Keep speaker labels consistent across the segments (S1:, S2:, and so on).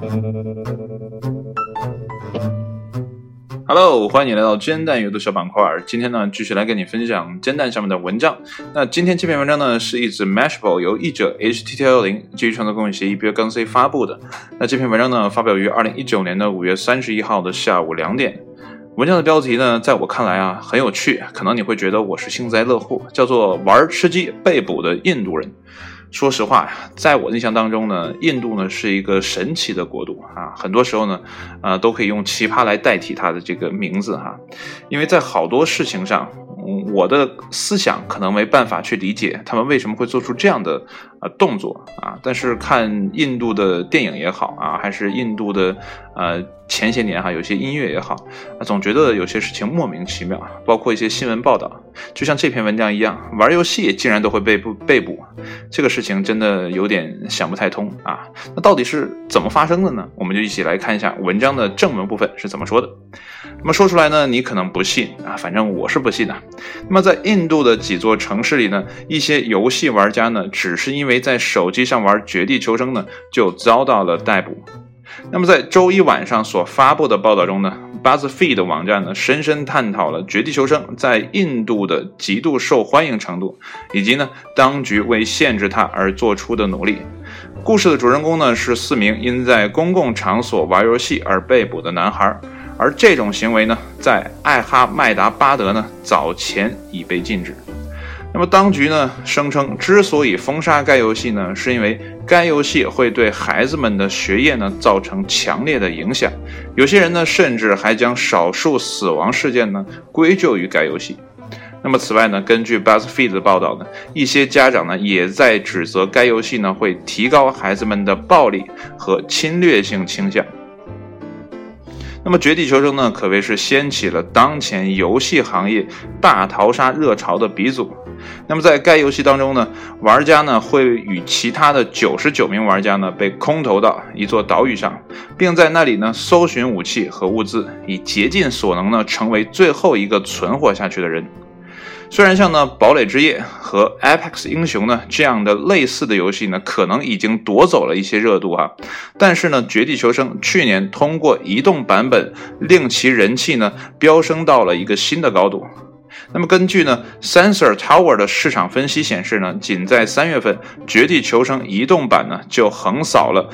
S1: Hello， 欢迎来到煎蛋阅读小板块。今天呢，继续来跟你分享煎蛋上面的文章。那今天这篇文章呢，是一纸 Mashable 由译者 HTTL0 基于创作共享协议 Bill.C 发布的。那这篇文章呢，发表于2019年的5月31号的下午2点。文章的标题呢，在我看来啊，很有趣，可能你会觉得我是幸灾乐祸，叫做玩吃鸡被捕的印度人。说实话，在我印象当中呢，印度呢是一个神奇的国度啊，很多时候呢，都可以用奇葩来代替它的这个名字哈，因为在好多事情上，我的思想可能没办法去理解他们为什么会做出这样的动作啊，但是看印度的电影也好啊，还是印度的前些年有些音乐也好，总觉得有些事情莫名其妙，包括一些新闻报道，就像这篇文章一样，玩游戏竟然都会被捕，这个事情真的有点想不太通啊。那到底是怎么发生的呢？我们就一起来看一下文章的正文部分是怎么说的。那么说出来呢，你可能不信啊，反正我是不信的。那么在印度的几座城市里呢，一些游戏玩家呢，只是因为在手机上玩绝地求生呢，就遭到了逮捕。那么在周一晚上所发布的报道中呢， BuzzFeed 网站呢深深探讨了绝地求生在印度的极度受欢迎程度，以及呢当局为限制它而做出的努力。故事的主人公呢是4名因在公共场所玩游戏而被捕的男孩，而这种行为呢在艾哈迈达巴德呢早前已被禁止。那么当局呢声称，之所以封杀该游戏呢，是因为该游戏会对孩子们的学业呢造成强烈的影响，有些人呢甚至还将少数死亡事件呢归咎于该游戏。那么此外呢，根据 BuzzFeed 的报道呢，一些家长呢也在指责该游戏呢会提高孩子们的暴力和侵略性倾向。那么绝地求生呢，可谓是掀起了当前游戏行业大逃杀热潮的鼻祖。那么在该游戏当中呢，玩家呢会与其他的99名玩家呢被空投到一座岛屿上，并在那里呢搜寻武器和物资，以竭尽所能呢成为最后一个存活下去的人。虽然像呢堡垒之夜和 Apex 英雄呢这样的类似的游戏呢可能已经夺走了一些热度但是呢绝地求生去年通过移动版本令其人气呢飙升到了一个新的高度。那么根据呢 Sensor Tower 的市场分析显示呢，仅在3月份绝地求生移动版呢就横扫了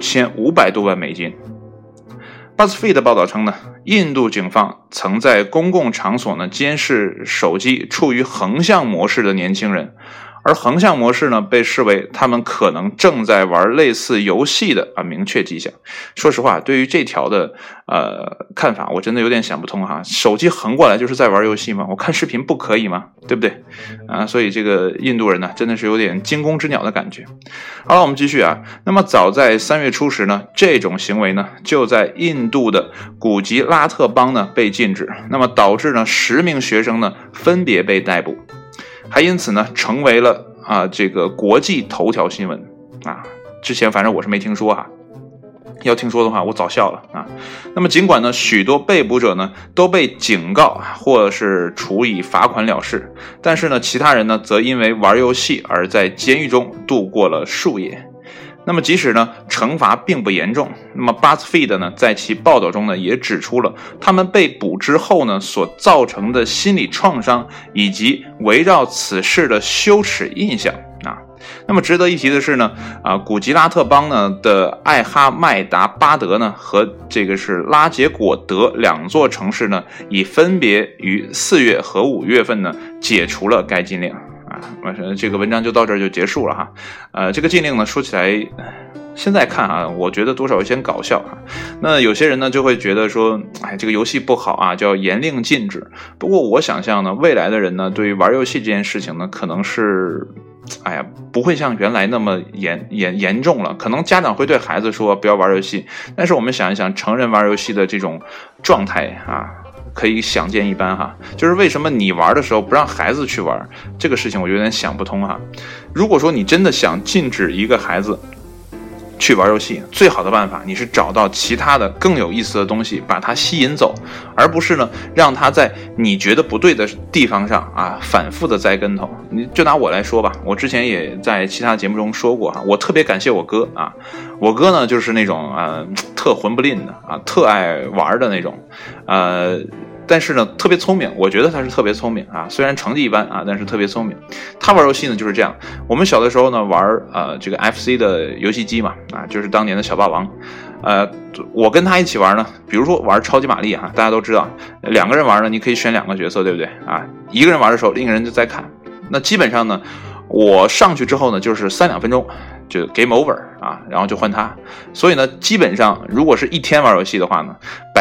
S1: 6500多万美金。BuzzFeed 的报道称呢，印度警方曾在公共场所呢监视手机处于横向模式的年轻人，而横向模式呢被视为他们可能正在玩类似游戏的明确迹象。说实话，对于这条的看法，我真的有点想不通手机横过来就是在玩游戏吗？我看视频不可以吗？对不对所以这个印度人呢，真的是有点惊弓之鸟的感觉。好了，我们继续那么早在3月初时呢，这种行为呢就在印度的古吉拉特邦呢被禁止，那么导致呢10名学生呢分别被逮捕，还因此呢成为了这个国际头条新闻之前反正我是没听说要听说的话我早笑了那么尽管呢许多被捕者呢都被警告或者是处以罚款了事，但是呢其他人呢则因为玩游戏而在监狱中度过了数夜。那么即使呢惩罚并不严重，那么 BuzzFeed 呢在其报道中呢也指出了他们被捕之后呢所造成的心理创伤以及围绕此事的羞耻印象那么值得一提的是呢古吉拉特邦呢的艾哈迈达巴德呢和这个是拉杰果德2座城市呢已分别于4月和5月份呢解除了该禁令这个文章就到这儿就结束了这个禁令呢说起来现在看我觉得多少有些搞笑那有些人呢就会觉得说这个游戏不好就要严令禁止。不过我想象呢未来的人呢对于玩游戏这件事情呢可能是不会像原来那么严重了，可能家长会对孩子说不要玩游戏，但是我们想一想成人玩游戏的这种状态可以想见一斑就是为什么你玩的时候不让孩子去玩，这个事情我有点想不通如果说你真的想禁止一个孩子去玩游戏，最好的办法你是找到其他的更有意思的东西把它吸引走，而不是呢让它在你觉得不对的地方上啊反复的栽跟头。你就拿我来说吧，我之前也在其他节目中说过我特别感谢我哥啊，我哥呢就是那种特混不吝的啊，特爱玩的那种但是呢特别聪明，我觉得他是特别聪明啊，虽然成绩一般啊，但是特别聪明。他玩游戏呢就是这样，我们小的时候呢玩这个 FC 的游戏机嘛啊，就是当年的小霸王。我跟他一起玩呢，比如说玩超级玛丽大家都知道2个人玩呢你可以选2个角色，对不对啊？一个人玩的时候另一个人就在看，那基本上呢我上去之后呢就是3-2分钟就 game over 啊，然后就换他。所以呢基本上如果是一天玩游戏的话呢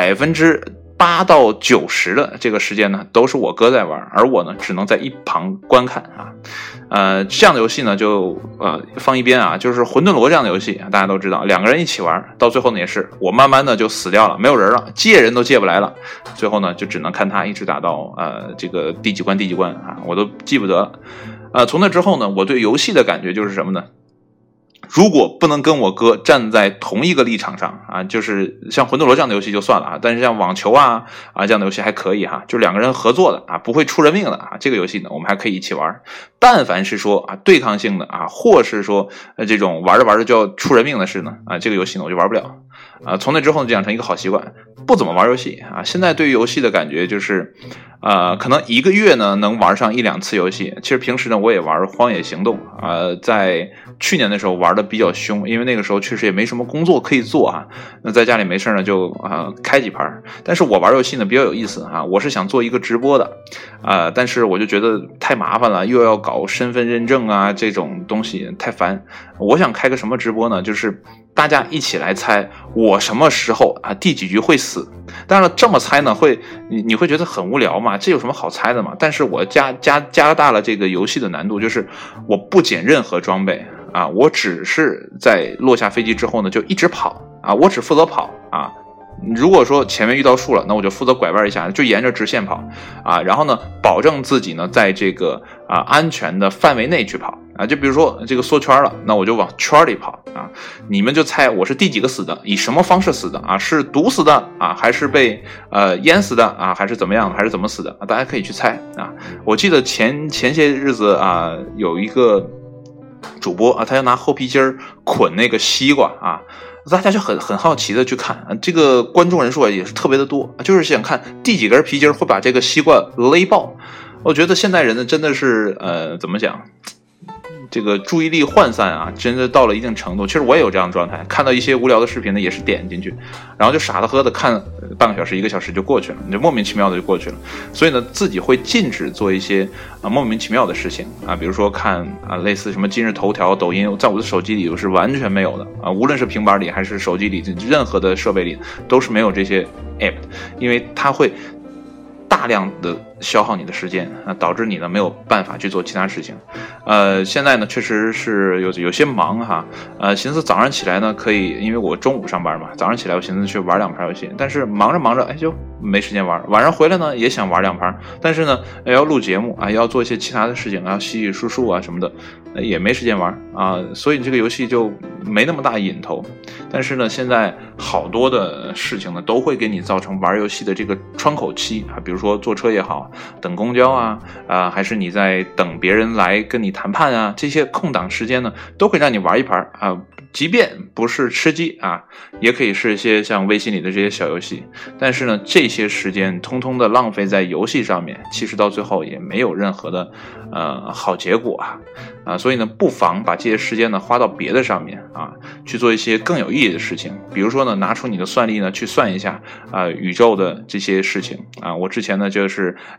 S1: ，8%到90%的这个时间呢都是我哥在玩，而我呢只能在一旁观看这样的游戏呢就放一边啊，就是魂斗罗这样的游戏大家都知道2个人一起玩，到最后呢也是我慢慢的就死掉了，没有人了，借人都借不来了，最后呢就只能看他一直打到这个第几关我都记不得了。从那之后呢我对游戏的感觉就是什么呢，如果不能跟我哥站在同一个立场上啊，就是像魂斗罗这样的游戏就算了但是像网球这样的游戏还可以就2个人合作的不会出人命的这个游戏呢我们还可以一起玩。但凡是说对抗性的或是说这种玩着玩着就要出人命的事呢这个游戏呢我就玩不了从那之后呢就养成一个好习惯，不怎么玩游戏现在对于游戏的感觉就是可能1个月呢能玩上1-2次游戏。其实平时呢我也玩荒野行动在去年的时候玩的比较凶，因为那个时候确实也没什么工作可以做那在家里没事呢就开几盘。但是我玩游戏呢比较有意思我是想做一个直播的但是我就觉得太麻烦了，又要搞身份认证这种东西太烦。我想开个什么直播呢，就是大家一起来猜我什么时候第几局会死。当然了这么猜呢你会觉得很无聊嘛，这有什么好猜的嘛？但是我加大了这个游戏的难度，就是我不捡任何装备我只是在落下飞机之后呢就一直跑我只负责跑如果说前面遇到树了，那我就负责拐弯一下，就沿着直线跑然后呢保证自己呢在这个安全的范围内去跑就比如说这个缩圈了，那我就往圈里跑你们就猜我是第几个死的，以什么方式死的是毒死的还是被淹死的还是怎么样，还是怎么死的大家可以去猜我记得前些日子有一个主播他要拿厚皮筋捆那个西瓜大家就很好奇的去看，这个观众人数也是特别的多，就是想看第几根皮筋会把这个西瓜勒爆。我觉得现代人呢真的是怎么讲，这个注意力涣散真的到了一定程度。其实我也有这样的状态，看到一些无聊的视频呢也是点进去，然后就傻的喝的看半个小时1个小时就过去了，你就莫名其妙的就过去了。所以呢自己会禁止做一些莫名其妙的事情比如说看类似什么今日头条、抖音，在我的手机里我是完全没有的无论是平板里还是手机里，任何的设备里都是没有这些 app 的，因为它会大量的消耗你的时间导致你呢没有办法去做其他事情。现在呢确实是有些忙寻思早上起来呢可以，因为我中午上班嘛，早上起来我寻思去玩2盘游戏，但是忙着就没时间玩，晚上回来呢也想玩2盘，但是呢要录节目要做一些其他的事情洗洗漱漱什么的也没时间玩所以这个游戏就没那么大瘾头。但是呢现在好多的事情呢都会给你造成玩游戏的这个窗口期比如说坐车也好，等公交还是你在等别人来跟你谈判这些空档时间呢都会让你玩一盘即便不是吃鸡也可以是一些像微信里的这些小游戏，但是呢这些时间通通的浪费在游戏上面，其实到最后也没有任何的好结果所以呢不妨把这些时间呢花到别的上面去做一些更有意义的事情。比如说呢拿出你的算力呢去算一下宇宙的这些事情我之前呢就是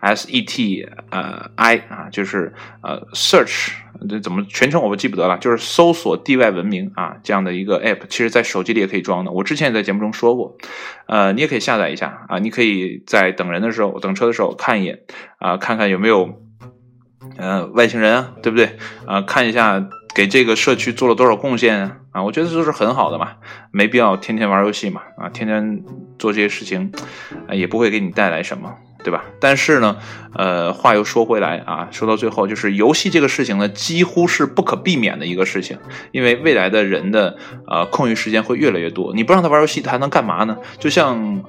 S1: SETI 就是search，这怎么全称我记不得了，就是搜索地外文明这样的一个 app， 其实在手机里也可以装的，我之前也在节目中说过你也可以下载一下你可以在等人的时候，等车的时候看一眼看看有没有外星人对不对看一下给这个社区做了多少贡献我觉得这是很好的嘛，没必要天天玩游戏嘛天天做这些事情也不会给你带来什么， 对吧？但是呢，话又说回来啊，说到最后，就是游戏这个事情呢，几乎是不可避免的一个事情，因为未来的人的空余时间会越来越多，你不让他玩游戏，他还能干嘛呢？就像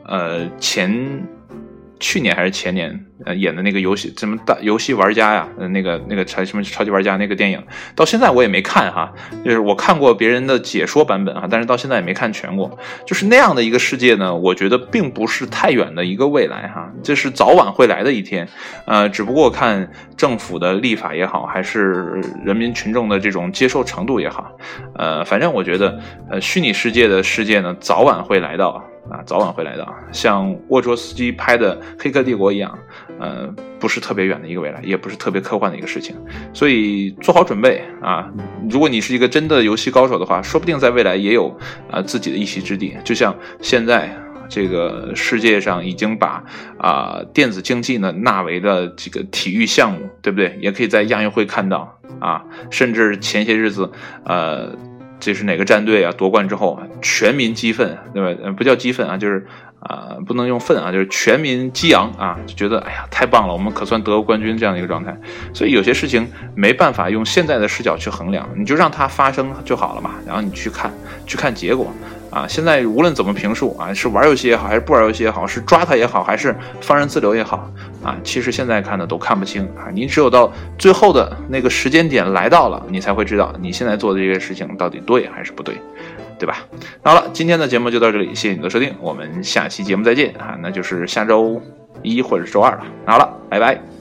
S1: 去年还是前年演的那个游戏什么大游戏玩家呀，那个什么超级玩家那个电影，到现在我也没看哈，就是我看过别人的解说版本哈，但是到现在也没看全过。就是那样的一个世界呢，我觉得并不是太远的一个未来哈，这是早晚会来的一天。只不过看政府的立法也好，还是人民群众的这种接受程度也好，反正我觉得虚拟世界的世界呢，早晚会来到。早晚会来到，像沃卓斯基拍的《黑客帝国》一样，不是特别远的一个未来，也不是特别科幻的一个事情，所以做好准备啊！如果你是一个真的游戏高手的话，说不定在未来也有自己的一席之地。就像现在这个世界上已经把电子竞技呢纳为了这个体育项目，对不对？也可以在亚运会看到啊，甚至前些日子这是哪个战队啊夺冠之后全民激愤，对吧？不叫激愤啊，就是不能用愤啊，就是全民激昂啊，就觉得哎呀太棒了，我们可算得过冠军这样的一个状态。所以有些事情没办法用现在的视角去衡量，你就让它发生就好了嘛，然后你去看结果啊。现在无论怎么评述啊，是玩游戏也好，还是不玩游戏也好，是抓它也好，还是放任自流也好啊，其实现在看的都看不清啊。你只有到最后的那个时间点来到了，你才会知道你现在做的这个事情到底对还是不对，对吧？好了，今天的节目就到这里，谢谢你的收听，我们下期节目再见啊，那就是下周一或者是周二了。好了，拜拜。